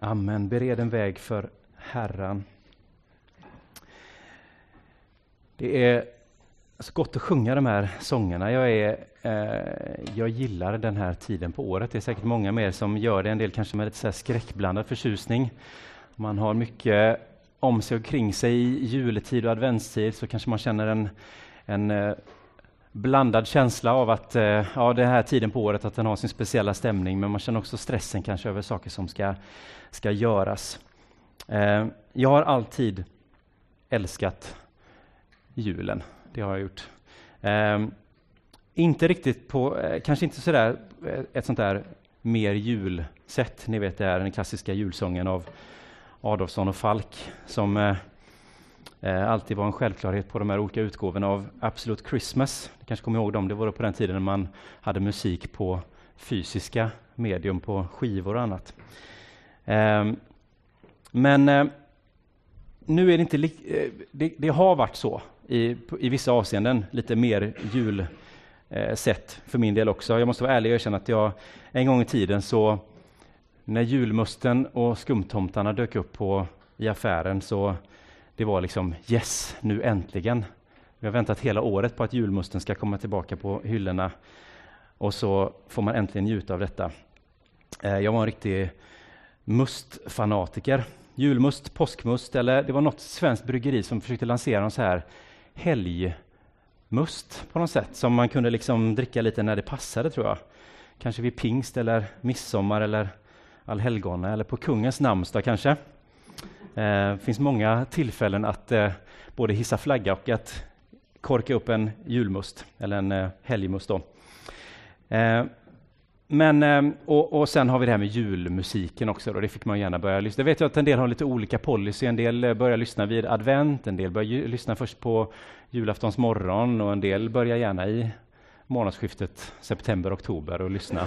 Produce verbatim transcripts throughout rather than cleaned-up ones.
Amen. Bered en väg för Herren. Det är så gott att sjunga de här sångerna. Jag, är, eh, jag gillar den här tiden på året. Det är säkert många mer som gör det. En del kanske med lite så här skräckblandad förtjusning. Man har mycket om sig och kring sig i juletid och adventstid, så kanske man känner en, en eh, blandad känsla av att eh, ja, den här tiden på året att den har sin speciella stämning, men man känner också stressen kanske över saker som ska, ska göras. Eh, jag har alltid älskat julen. Det har jag gjort. Eh, inte riktigt på, eh, kanske inte sådär ett sånt där mer julsätt. Ni vet, det är den klassiska julsången av Adolfsson och Falk som eh, eh, alltid var en självklarhet på de här olika utgåvorna av Absolute Christmas. Ni kanske kommer ihåg dem. Det var på den tiden när man hade musik på fysiska medium, på skivor och annat. Eh, men eh, nu är det inte li- eh, det, det har varit så i, i vissa avseenden lite mer julsätt för min del också. Jag måste vara ärlig och erkänna att jag en gång i tiden, så när julmusten och skumtomtarna dök upp på, i affären, så det var liksom yes, nu äntligen. Vi har väntat hela året på att julmusten ska komma tillbaka på hyllorna, och så får man äntligen njuta av detta. Jag var en riktig mustfanatiker. Julmust, påskmust, eller det var något svenskt bryggeri som försökte lansera en så här helgmust på något sätt, som man kunde liksom dricka lite när det passade, tror jag. Kanske vid pingst eller midsommar eller allhelgona eller på kungens namnsdag kanske. Det eh, finns många tillfällen att eh, både hissa flagga och att korka upp en julmust eller en eh, helgmust då. Eh, men, eh, och, och sen har vi det här med julmusiken också då. Det fick man gärna börja lyssna. Jag vet ju att en del har lite olika policy. En del börjar lyssna vid advent, en del börjar ju, lyssna först på julaftons morgon, och en del börjar gärna i månadsskiftet september-oktober och lyssna.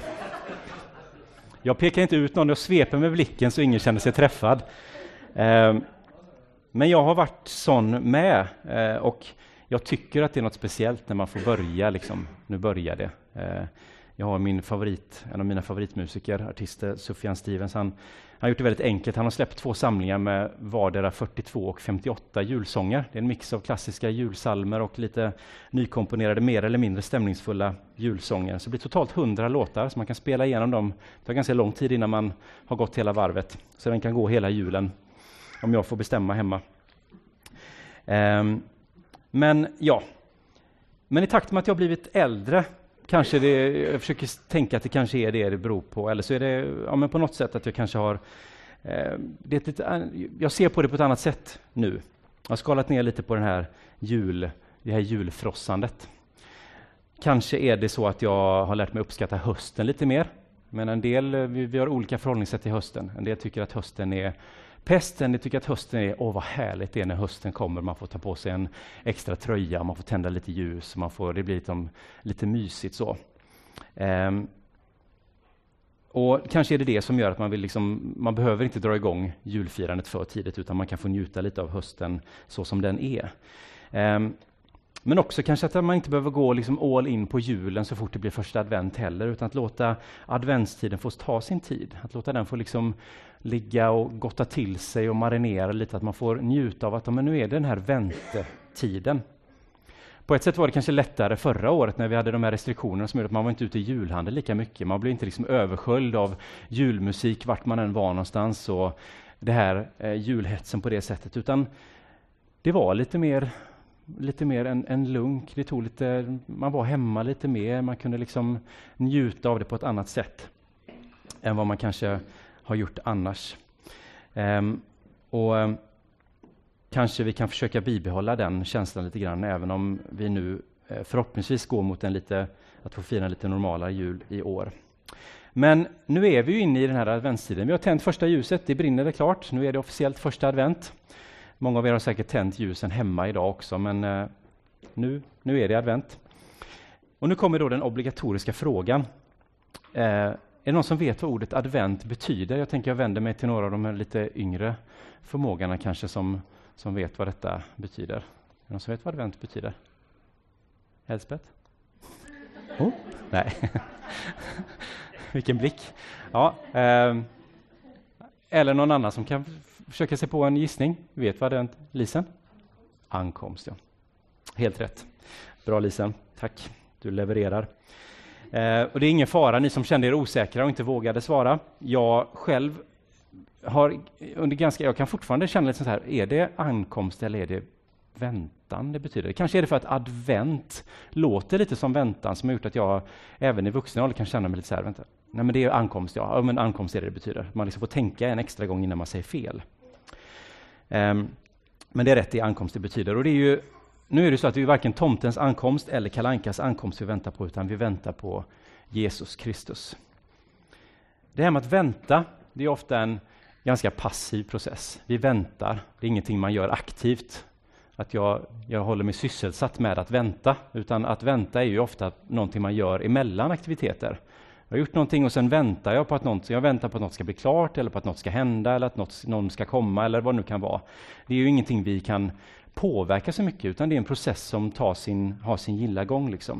Jag pekar inte ut någon, jag sveper med blicken så ingen känner sig träffad. Eh, men jag har varit sån med, eh, och jag tycker att det är något speciellt när man får börja, liksom, nu börjar det. Eh, jag har min favorit, en av mina favoritmusiker, artister Sufjan Stevens, han har gjort det väldigt enkelt. Han har släppt två samlingar med vardera fyrtiotvå och femtioåtta julsånger. Det är en mix av klassiska julsalmer och lite nykomponerade, mer eller mindre stämningsfulla julsånger. Så det blir totalt hundra låtar, så man kan spela igenom dem. Det tar ganska lång tid innan man har gått hela varvet, så den kan gå hela julen om jag får bestämma hemma. Um, men ja, men i takt med att jag har blivit äldre, kanske det, jag försöker tänka att det kanske är det det beror på, eller så är det ja, men på något sätt att jag kanske har eh, det är lite, jag ser på det på ett annat sätt nu. Jag har skalat ner lite på den här jul, det här julfrossandet. Kanske är det så att jag har lärt mig uppskatta hösten lite mer, men en del, vi, vi har olika förhållningssätt till hösten. En del tycker att hösten är pesten, de tycker att hösten är, åh vad härligt det är när hösten kommer, man får ta på sig en extra tröja, man får tända lite ljus, man får, det blir lite, lite mysigt så. Um, och kanske är det det som gör att man vill liksom, man behöver inte dra igång julfirandet för tidigt, utan man kan få njuta lite av hösten så som den är. Um, Men också kanske att man inte behöver gå liksom all in på julen så fort det blir första advent heller, utan att låta adventstiden få ta sin tid. Att låta den få liksom ligga och gotta till sig och marinera lite, att man får njuta av att men nu är det den här väntetiden. På ett sätt var det kanske lättare förra året när vi hade de här restriktionerna som gjorde att man var inte ute i julhandel lika mycket. Man blev inte liksom översköljd av julmusik vart man än var någonstans och det här eh, julhetsen på det sättet, utan det var lite mer lite mer en, en lunk, det tog lite, man var hemma lite mer, man kunde liksom njuta av det på ett annat sätt än vad man kanske har gjort annars. Um, och um, kanske vi kan försöka bibehålla den känslan lite grann, även om vi nu eh, förhoppningsvis går mot en lite, att få fira en lite normalare jul i år. Men nu är vi ju inne i den här adventstiden. Vi har tänt första ljuset, det brinner det klart, nu är det officiellt första advent. Många av er har säkert tänt ljusen hemma idag också, men eh, nu, nu är det advent. Och nu kommer då den obligatoriska frågan. Eh, är det någon som vet vad ordet advent betyder? Jag tänker jag vänder mig till några av de här lite yngre förmågorna kanske som, som vet vad detta betyder. Är det någon som vet vad advent betyder? Elspeth? Oh, nej. Vilken blick. Ja, eh, Eller någon annan som kan f- försöka sig på en gissning. Vet vad det är, Lisen? Ankomst, ja. Helt rätt. Bra Lisen, tack. Du levererar. Eh, och det är ingen fara, ni som kände er osäkra och inte vågade svara. Jag själv har under ganska, jag kan fortfarande känna lite så här, är det ankomst eller är det väntan det betyder? Kanske är det för att advent låter lite som väntan som har gjort att jag även i vuxen ålder kan känna mig lite så här, vänta, nej men det är ankomst, ja, ja men ankomst är det det betyder. Man liksom får tänka en extra gång innan man säger fel. Um, men det är rätt, det är ankomst det betyder. Och det är ju, nu är det så att vi varken tomtens ankomst eller Kalle Ankas ankomst vi väntar på, utan vi väntar på Jesus Kristus. Det här med att vänta, det är ofta en ganska passiv process. Vi väntar, det är ingenting man gör aktivt. Att jag, jag håller mig sysselsatt med att vänta, utan att vänta är ju ofta någonting man gör emellan aktiviteter. Jag har gjort någonting och sen väntar jag på att något, jag väntar på att något ska bli klart eller på att något ska hända eller att något, någon ska komma eller vad det nu kan vara. Det är ju ingenting vi kan påverka så mycket, utan det är en process som tar sin, har sin gilla gång. Liksom.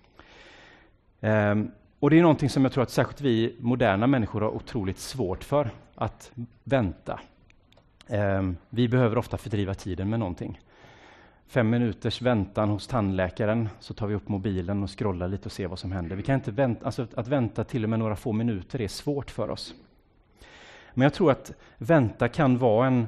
Ehm, och det är någonting som jag tror att särskilt vi moderna människor har otroligt svårt för, att vänta. Ehm, vi behöver ofta fördriva tiden med någonting. Fem minuters väntan hos tandläkaren, så tar vi upp mobilen och scrollar lite och ser vad som händer. Vi kan inte vänta, alltså att vänta till och med några få minuter är svårt för oss. Men jag tror att vänta kan vara en,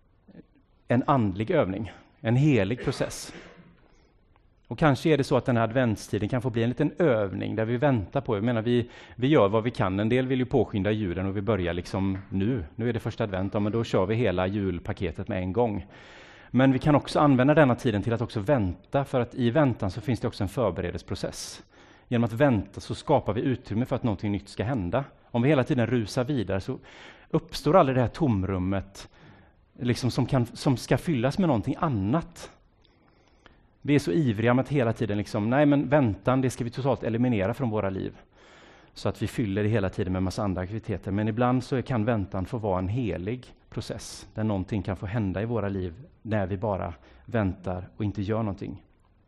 en andlig övning, en helig process. Och kanske är det så att den här adventstiden kan få bli en liten övning där vi väntar på, jag menar vi, vi gör vad vi kan. En del vill ju påskynda julen och vi börjar liksom nu, nu är det första advent, ja, men då kör vi hela julpaketet med en gång. Men vi kan också använda denna tiden till att också vänta, för att i väntan så finns det också en förberedelseprocess. Genom att vänta så skapar vi utrymme för att någonting nytt ska hända. Om vi hela tiden rusar vidare så uppstår aldrig det här tomrummet liksom som, kan, som ska fyllas med någonting annat. Vi är så ivriga med att hela tiden liksom, nej men väntan, det ska vi totalt eliminera från våra liv. Så att vi fyller det hela tiden med massa andra aktiviteter. Men ibland så kan väntan få vara en helig process, där någonting kan få hända i våra liv när vi bara väntar och inte gör någonting.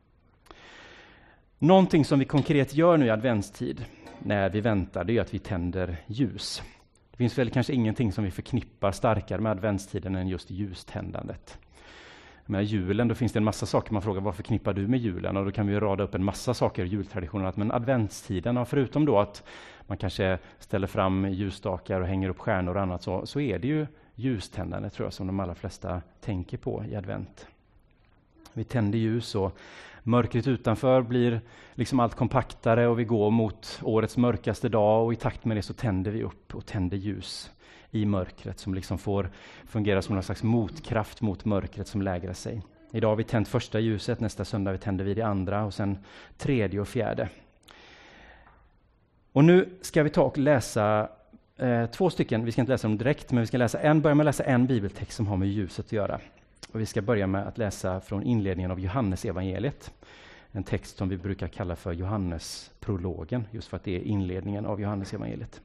Någonting som vi konkret gör nu i adventstid när vi väntar, det är att vi tänder ljus. Det finns väl kanske ingenting som vi förknippar starkare med adventstiden än just ljuständandet. Med julen, då finns det en massa saker man frågar, vad förknippar du med julen? Och då kan vi rada upp en massa saker i jultraditionen. Men adventstiden, förutom då att man kanske ställer fram ljusstakar och hänger upp stjärnor och annat, så, så är det ju ljuständande tror jag som de allra flesta tänker på i advent. Vi tänder ljus och mörkret utanför blir liksom allt kompaktare och vi går mot årets mörkaste dag, och i takt med det så tänder vi upp och tänder ljus i mörkret som liksom får fungera som någon slags motkraft mot mörkret som lägrar sig. Idag har vi tänt första ljuset, nästa söndag vi tänder vi det andra och sen tredje och fjärde. Och nu ska vi ta och läsa eh, två stycken, vi ska inte läsa dem direkt, men vi ska läsa en, börja med att läsa en bibeltext som har med ljuset att göra. Och vi ska börja med att läsa från inledningen av Johannes evangeliet. En text som vi brukar kalla för Johannes-prologen, just för att det är inledningen av Johannes evangeliet.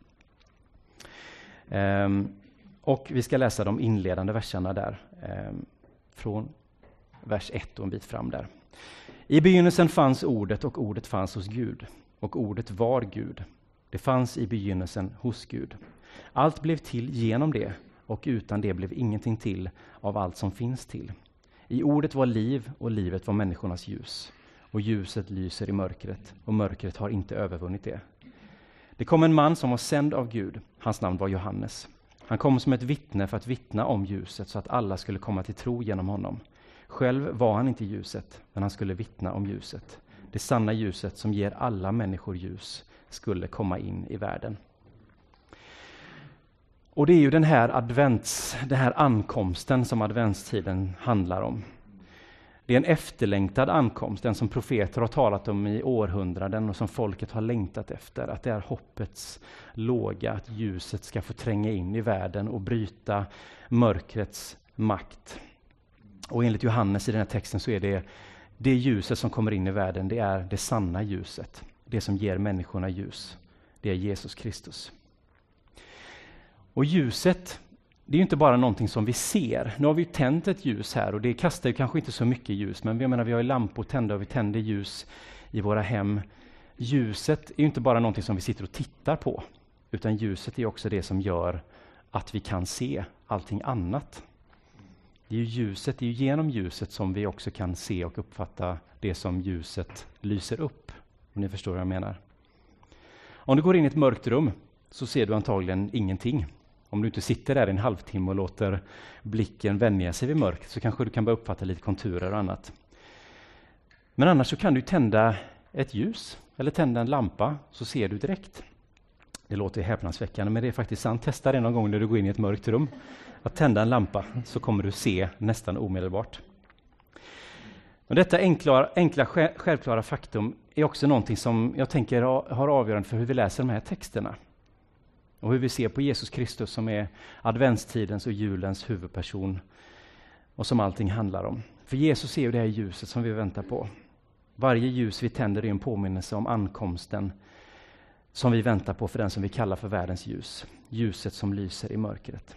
Um, och vi ska läsa de inledande verserna där, um, från vers ett och en bit fram där. I begynnelsen fanns ordet och ordet fanns hos Gud, och ordet var Gud. Det fanns i begynnelsen hos Gud. Allt blev till genom det, och utan det blev ingenting till av allt som finns till. I ordet var liv, och livet var människornas ljus. Och ljuset lyser i mörkret, och mörkret har inte övervunnit det. Det kom en man som var sänd av Gud. Hans namn var Johannes. Han kom som ett vittne för att vittna om ljuset så att alla skulle komma till tro genom honom. Själv var han inte ljuset, men han skulle vittna om ljuset. Det sanna ljuset som ger alla människor ljus skulle komma in i världen. Och det är ju den här advents, den här ankomsten som adventstiden handlar om. Det är en efterlängtad ankomst, den som profeter har talat om i århundraden och som folket har längtat efter. Att det är hoppets låga, att ljuset ska få tränga in i världen och bryta mörkrets makt. Och enligt Johannes i den här texten så är det det ljuset som kommer in i världen, det är det sanna ljuset. Det som ger människorna ljus. Det är Jesus Kristus. Och ljuset, det är ju inte bara någonting som vi ser. Nu har vi ju tänt ett ljus här och det kastar ju kanske inte så mycket ljus. Men jag menar, vi har ju lampor tända och vi tänder ljus i våra hem. Ljuset är ju inte bara någonting som vi sitter och tittar på. Utan ljuset är också det som gör att vi kan se allting annat. Det är ju ljuset, det är ju genom ljuset som vi också kan se och uppfatta det som ljuset lyser upp. Om ni förstår vad jag menar. Om du går in i ett mörkt rum så ser du antagligen ingenting. Om du inte sitter där i en halvtimme och låter blicken vänja sig vid mörkret så kanske du kan börja uppfatta lite konturer och annat. Men annars så kan du tända ett ljus eller tända en lampa så ser du direkt. Det låter häpnadsväckande men det är faktiskt sant. Testa det någon gång när du går in i ett mörkt rum. Att tända en lampa så kommer du se nästan omedelbart. Och detta enkla, enkla självklara faktum är också någonting som jag tänker har avgörande för hur vi läser de här texterna. Och hur vi ser på Jesus Kristus som är adventstidens och julens huvudperson och som allting handlar om. För Jesus är ju det här ljuset som vi väntar på. Varje ljus vi tänder är en påminnelse om ankomsten som vi väntar på för den som vi kallar för världens ljus. Ljuset som lyser i mörkret.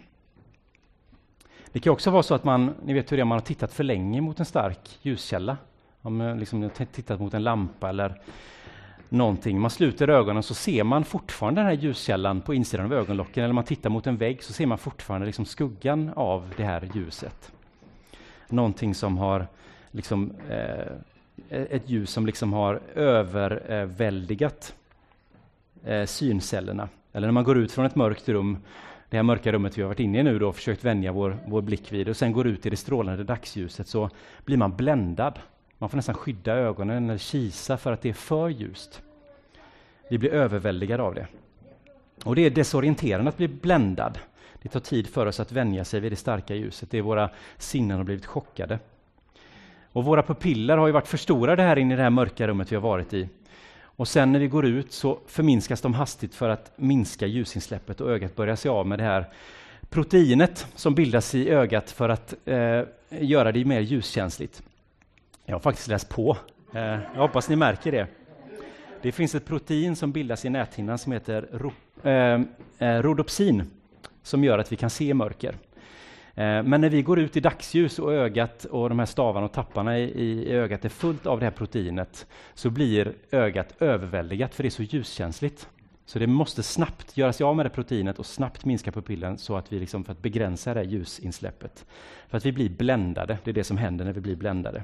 Det kan också vara så att man, ni vet hur det är, man har tittat för länge mot en stark ljuskälla. Om man liksom tittat mot en lampa eller någonting. Man sluter ögonen så ser man fortfarande den här ljuskällan på insidan av ögonlocken. Eller man tittar mot en vägg så ser man fortfarande liksom skuggan av det här ljuset. Någonting som har liksom, eh, ett ljus som liksom har överväldigat eh, syncellerna. Eller när man går ut från ett mörkt rum, det här mörka rummet vi har varit inne i nu då, försökt vänja vår, vår blick vid och sen går ut i det strålande dagsljuset så blir man bländad. Man får nästan skydda ögonen eller kisa för att det är för ljust. Vi blir överväldigade av det. Och det är desorienterande att bli bländad. Det tar tid för oss att vänja sig vid det starka ljuset. Det är våra sinnen har blivit chockade. Och våra pupiller har ju varit förstorade här inne i det här mörka rummet vi har varit i. Och sen när vi går ut så förminskas de hastigt för att minska ljusinsläppet och ögat börjar se av med det här proteinet som bildas i ögat för att eh, göra det mer ljuskänsligt. Jag har faktiskt läst på. Eh, jag hoppas ni märker det. Det finns ett protein som bildas i näthinnan som heter ro, eh, eh, rhodopsin som gör att vi kan se i mörker. Eh, men när vi går ut i dagsljus och ögat och de här stavarna och tapparna i, i ögat är fullt av det här proteinet så blir ögat överväldigat för det är så ljuskänsligt. Så det måste snabbt göra sig av med det proteinet och snabbt minska pupillen så att vi liksom för att begränsa det här ljusinsläppet. För att vi blir bländade, det är det som händer när vi blir bländade.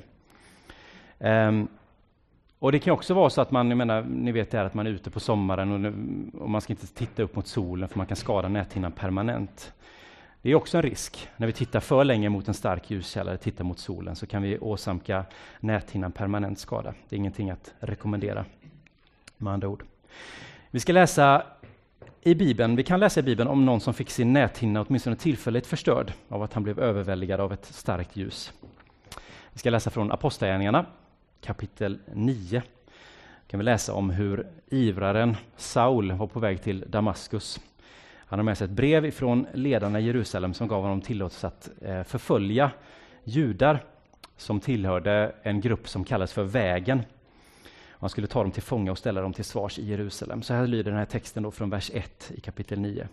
Um, och det kan också vara så att man, jag menar, ni vet det här att man är ute på sommaren och, och man ska inte titta upp mot solen för man kan skada näthinnan permanent. Det är också en risk. När vi tittar för länge mot en stark ljuskälla eller tittar mot solen så kan vi åsamka näthinnan permanent skada. Det är ingenting att rekommendera med andra ord. Vi ska läsa i Bibeln, vi kan läsa i Bibeln om någon som fick sin näthinna åtminstone tillfälligt förstörd av att han blev överväldigad av ett starkt ljus. Vi ska läsa från Apostlagärningarna, kapitel nio. Kan vi läsa om hur ivraren Saul var på väg till Damaskus. Han har med sig ett brev ifrån ledarna i Jerusalem som gav honom tillåtelse att eh, förfölja judar som tillhörde en grupp som kallas för Vägen. Han skulle ta dem till fånga och ställa dem till svars i Jerusalem. Så här lyder den här texten då från vers ett i kapitel nio.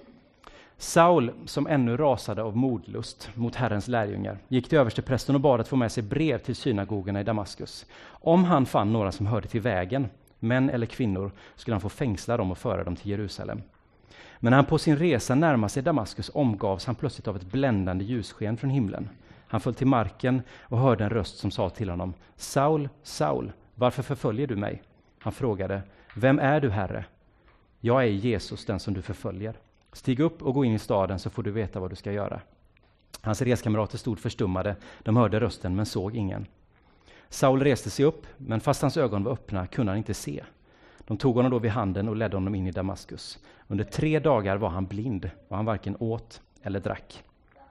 Saul, som ännu rasade av modlust mot Herrens lärjungar, gick till översteprästen och bad att få med sig brev till synagogorna i Damaskus. Om han fann några som hörde till vägen, män eller kvinnor, skulle han få fängsla dem och föra dem till Jerusalem. Men när han på sin resa närmade sig Damaskus omgavs han plötsligt av ett bländande ljussken från himlen. Han föll till marken och hörde en röst som sa till honom: Saul, Saul, varför förföljer du mig? Han frågade: Vem är du, Herre? Jag är Jesus, den som du förföljer. Stig upp och gå in i staden så får du veta vad du ska göra. Hans reskamrater stod förstummade. De hörde rösten men såg ingen. Saul reste sig upp, men fast hans ögon var öppna kunde han inte se. De tog honom då vid handen och ledde honom in i Damaskus. Under tre dagar var han blind och han varken åt eller drack.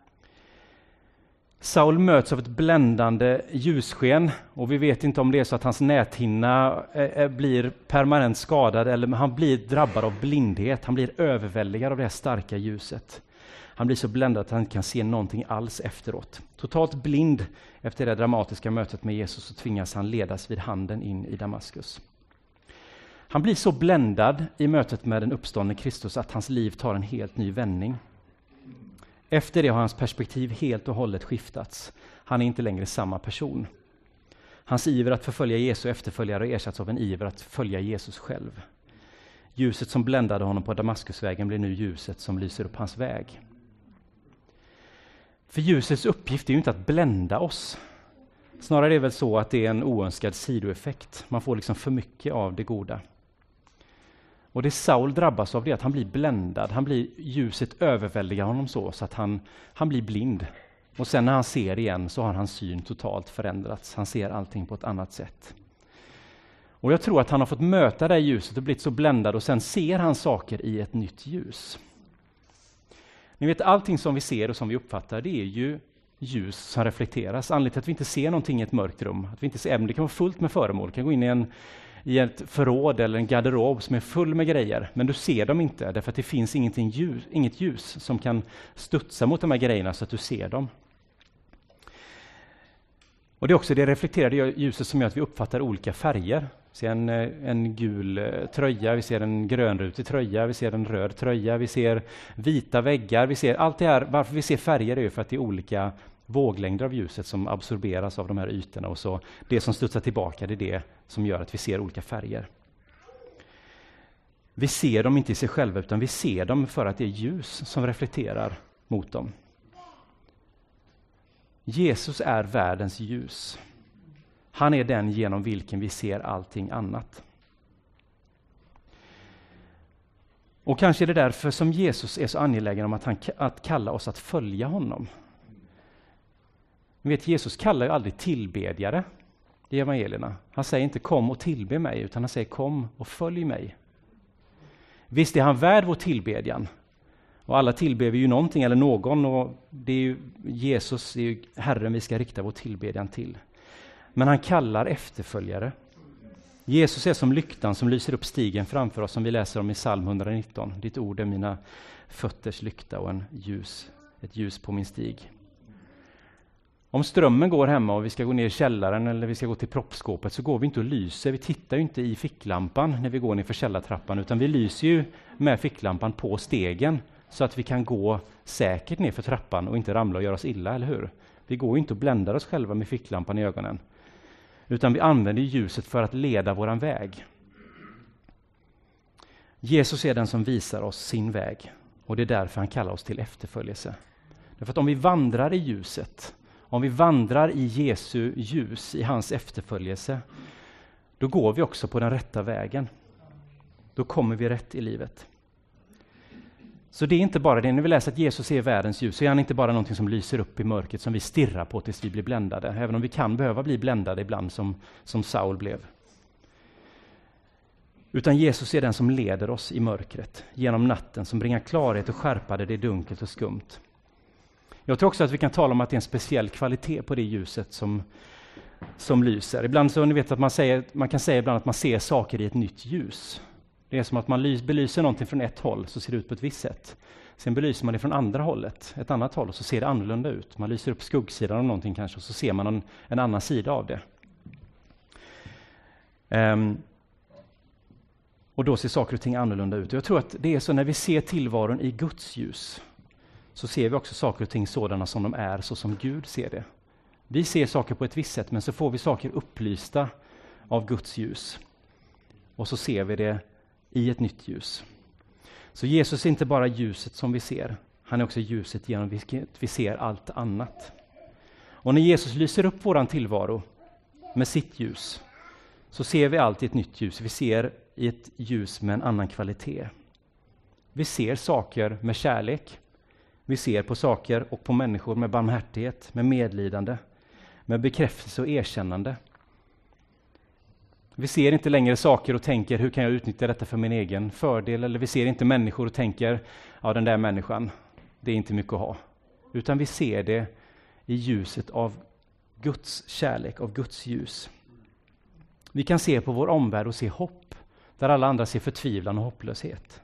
Saul möts av ett bländande ljussken och vi vet inte om det är så att hans näthinna äh, blir permanent skadad eller han blir drabbad av blindhet. Han blir överväldigad av det här starka ljuset. Han blir så bländad att han inte kan se någonting alls efteråt. Totalt blind efter det dramatiska mötet med Jesus så tvingas han ledas vid handen in i Damaskus. Han blir så bländad i mötet med den uppståndne Kristus att hans liv tar en helt ny vändning. Efter det har hans perspektiv helt och hållet skiftats. Han är inte längre samma person. Hans iver att förfölja Jesu efterföljare har ersatts av en iver att följa Jesus själv. Ljuset som bländade honom på Damaskusvägen blir nu ljuset som lyser upp hans väg. För ljusets uppgift är ju inte att blända oss. Snarare är det väl så att det är en oönskad sidoeffekt. Man får liksom för mycket av det goda. Och det Saul drabbas av det är att han blir bländad. Han blir, ljuset överväldigar honom så, så att han, han blir blind. Och sen när han ser igen så har hans syn totalt förändrats. Han ser allting på ett annat sätt. Och jag tror att han har fått möta det här ljuset och blivit så bländad och sen ser han saker i ett nytt ljus. Ni vet, allting som vi ser och som vi uppfattar, det är ju ljus som reflekteras. Anledningen till att vi inte ser någonting i ett mörkt rum, att vi inte ser, även det kan vara fullt med föremål, det kan gå in i, en, i ett förråd eller en garderob som är full med grejer, men du ser dem inte därför att det finns ingenting ljus, inget ljus som kan studsa mot de här grejerna så att du ser dem. Och det är också det reflekterade ljuset som gör att vi uppfattar olika färger. Vi ser en, en gul tröja, vi ser en grönrutig tröja, vi ser en röd tröja, vi ser vita väggar. Vi ser allt det här. Varför vi ser färger är ju för att det är olika våglängder av ljuset som absorberas av de här ytorna. Och så det som studsar tillbaka, det är det som gör att vi ser olika färger. Vi ser dem inte i sig själva utan vi ser dem för att det är ljus som reflekterar mot dem. Jesus är världens ljus. Han är den genom vilken vi ser allting annat. Och kanske är det därför som Jesus är så angelägen om att, han, att kalla oss att följa honom. Ni vet, Jesus kallar ju aldrig tillbedjare i evangelierna. Han säger inte kom och tillbe mig, utan han säger kom och följ mig. Visst är han värd vår tillbedjan. Och alla tillber vi ju någonting eller någon, och det är ju Jesus, det är ju Herren vi ska rikta vår tillbedjan till. Men han kallar efterföljare. Jesus är som lyktan som lyser upp stigen framför oss, som vi läser om i psalm etthundranitton. Ditt ord är mina fötters lykta och en ljus, ett ljus på min stig. Om strömmen går hemma och vi ska gå ner i källaren eller vi ska gå till proppskåpet, så går vi inte och lyser. Vi tittar ju inte i ficklampan när vi går ner för källartrappan, utan vi lyser ju med ficklampan på stegen så att vi kan gå säkert ner för trappan och inte ramla och göra oss illa, eller hur? Vi går ju inte och bländar oss själva med ficklampan i ögonen, utan vi använder ljuset för att leda våran väg. Jesus är den som visar oss sin väg, och det är därför han kallar oss till efterföljelse. Därför att om vi vandrar i ljuset, om vi vandrar i Jesu ljus, i hans efterföljelse, då går vi också på den rätta vägen. Då kommer vi rätt i livet. Så det är inte bara det, när vi läser att Jesus är världens ljus, så är han inte bara någonting som lyser upp i mörkret som vi stirrar på tills vi blir bländade, även om vi kan behöva bli bländade ibland som, som Saul blev. Utan Jesus är den som leder oss i mörkret, genom natten, som bringar klarhet och skärpa där det är dunkelt och skumt. Jag tror också att vi kan tala om att det är en speciell kvalitet på det ljuset som, som lyser. Ibland så ni vet att man, säger, man kan säga ibland att man ser saker i ett nytt ljus. Det är som att man lys, belyser någonting från ett håll så ser det ut på ett visst sätt. Sen belyser man det från andra hållet, ett annat håll, och så ser det annorlunda ut. Man lyser upp skuggsidan av någonting kanske, och så ser man en, en annan sida av det. Um, och då ser saker och ting annorlunda ut. Och jag tror att det är så när vi ser tillvaron i Guds ljus, så ser vi också saker och ting sådana som de är, så som Gud ser det. Vi ser saker på ett visst sätt, men så får vi saker upplysta av Guds ljus. Och så ser vi det i ett nytt ljus. Så Jesus är inte bara ljuset som vi ser, han är också ljuset genom vilket vi ser allt annat. Och när Jesus lyser upp våran tillvaro med sitt ljus, så ser vi allt i ett nytt ljus. Vi ser i ett ljus med en annan kvalitet. Vi ser saker med kärlek. Vi ser på saker och på människor med barmhärtighet, med medlidande, med bekräftelse och erkännande. Vi ser inte längre saker och tänker, hur kan jag utnyttja detta för min egen fördel? Eller vi ser inte människor och tänker, ja, den där människan, det är inte mycket att ha. Utan vi ser det i ljuset av Guds kärlek, av Guds ljus. Vi kan se på vår omvärld och se hopp, där alla andra ser förtvivlan och hopplöshet.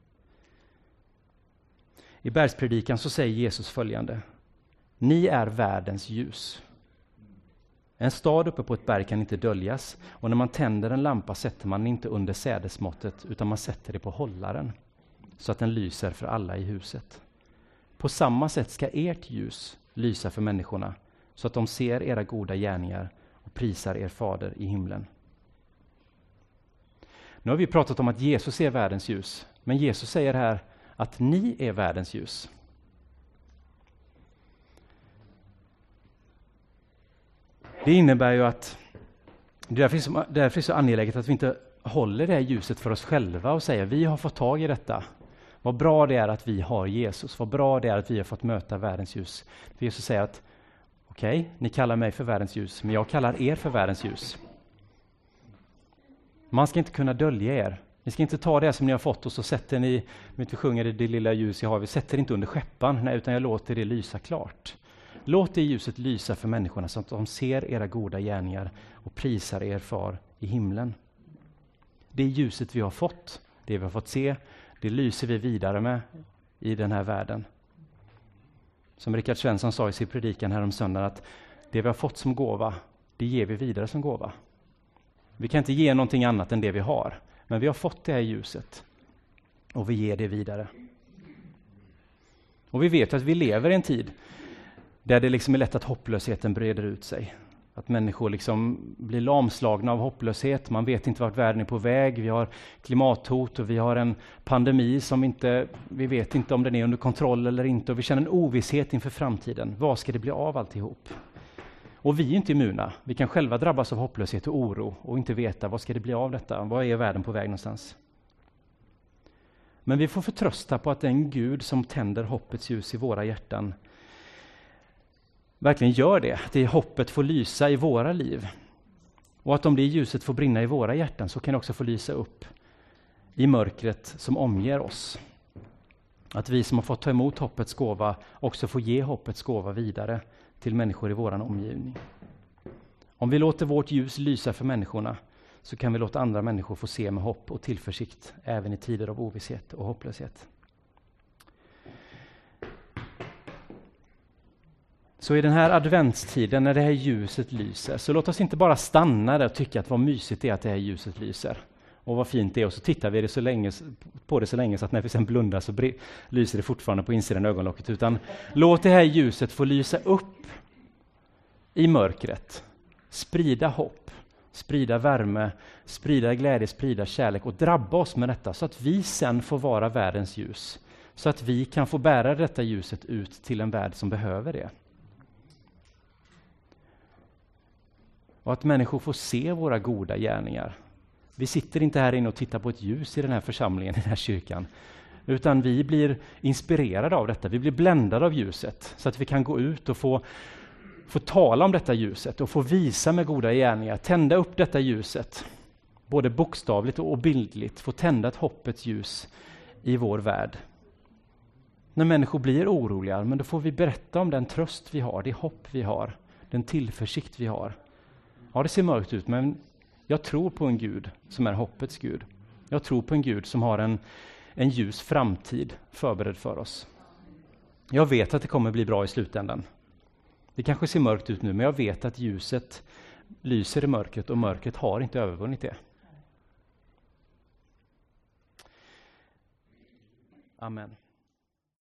I bergspredikan så säger Jesus följande: ni är världens ljus. En stad uppe på ett berg kan inte döljas, och när man tänder en lampa sätter man inte under sädesmåttet, utan man sätter det på hållaren, så att den lyser för alla i huset. På samma sätt ska ert ljus lysa för människorna, så att de ser era goda gärningar och prisar er fader i himlen. Nu har vi pratat om att Jesus är världens ljus, men Jesus säger här att ni är världens ljus. Det innebär ju att det därför är, så, därför är det så angeläget att vi inte håller det här ljuset för oss själva och säger vi har fått tag i detta. Vad bra det är att vi har Jesus. Vad bra det är att vi har fått möta världens ljus. För Jesus säger att okej, okay, ni kallar mig för världens ljus, men jag kallar er för världens ljus. Man ska inte kunna dölja er. Ni ska inte ta det som ni har fått och så sätter ni, vet vi sjunger det, det lilla ljus jag har, vi sätter inte under skäppan, nej, utan jag låter det lysa klart. Låt det ljuset lysa för människorna så att de ser era goda gärningar och prisar er far i himlen. Det ljuset vi har fått, det vi har fått se, det lyser vi vidare med i den här världen. Som Rickard Svensson sa i sin predikan här om söndagen, att det vi har fått som gåva, det ger vi vidare som gåva. Vi kan inte ge någonting annat än det vi har, men vi har fått det här ljuset och vi ger det vidare. Och vi vet att vi lever i en tid där det liksom är lätt att hopplösheten breder ut sig. Att människor liksom blir lamslagna av hopplöshet. Man vet inte vart världen är på väg. Vi har klimathot och vi har en pandemi som inte, vi vet inte om den är under kontroll eller inte. Och vi känner en ovisshet inför framtiden. Vad ska det bli av alltihop? Och vi är inte immuna. Vi kan själva drabbas av hopplöshet och oro och inte veta vad ska det bli av detta. Vad är världen på väg någonstans? Men vi får förtrösta på att den Gud som tänder hoppets ljus i våra hjärtan verkligen gör det. Att det hoppet får lysa i våra liv. Och att om det ljuset får brinna i våra hjärtan så kan det också få lysa upp i mörkret som omger oss. Att vi som har fått ta emot hoppets gåva också får ge hoppets gåva vidare till människor i våran omgivning. Om vi låter vårt ljus lysa för människorna så kan vi låta andra människor få se med hopp och tillförsikt även i tider av ovisshet och hopplöshet. Så i den här adventstiden när det här ljuset lyser, så låt oss inte bara stanna där och tycka att vad mysigt det är att det här ljuset lyser. Och vad fint det är, och så tittar vi det så länge, på det så länge så att när vi sen blundar så br- lyser det fortfarande på insidan av ögonlocket. Utan låt det här ljuset få lysa upp i mörkret. Sprida hopp, sprida värme, sprida glädje, sprida kärlek och drabba oss med detta så att vi sen får vara världens ljus. Så att vi kan få bära detta ljuset ut till en värld som behöver det. Och att människor får se våra goda gärningar. Vi sitter inte här inne och tittar på ett ljus i den här församlingen, i den här kyrkan. Utan vi blir inspirerade av detta. Vi blir bländade av ljuset. Så att vi kan gå ut och få, få tala om detta ljuset. Och få visa med goda gärningar. Tända upp detta ljuset. Både bokstavligt och bildligt. Få tända ett hoppets ljus i vår värld. När människor blir oroliga, men då får vi berätta om den tröst vi har. Det hopp vi har. Den tillförsikt vi har. Ja, det ser mörkt ut, men jag tror på en Gud som är hoppets Gud. Jag tror på en Gud som har en, en ljus framtid förberedd för oss. Jag vet att det kommer bli bra i slutändan. Det kanske ser mörkt ut nu, men jag vet att ljuset lyser i mörkret och mörkret har inte övervunnit det. Amen.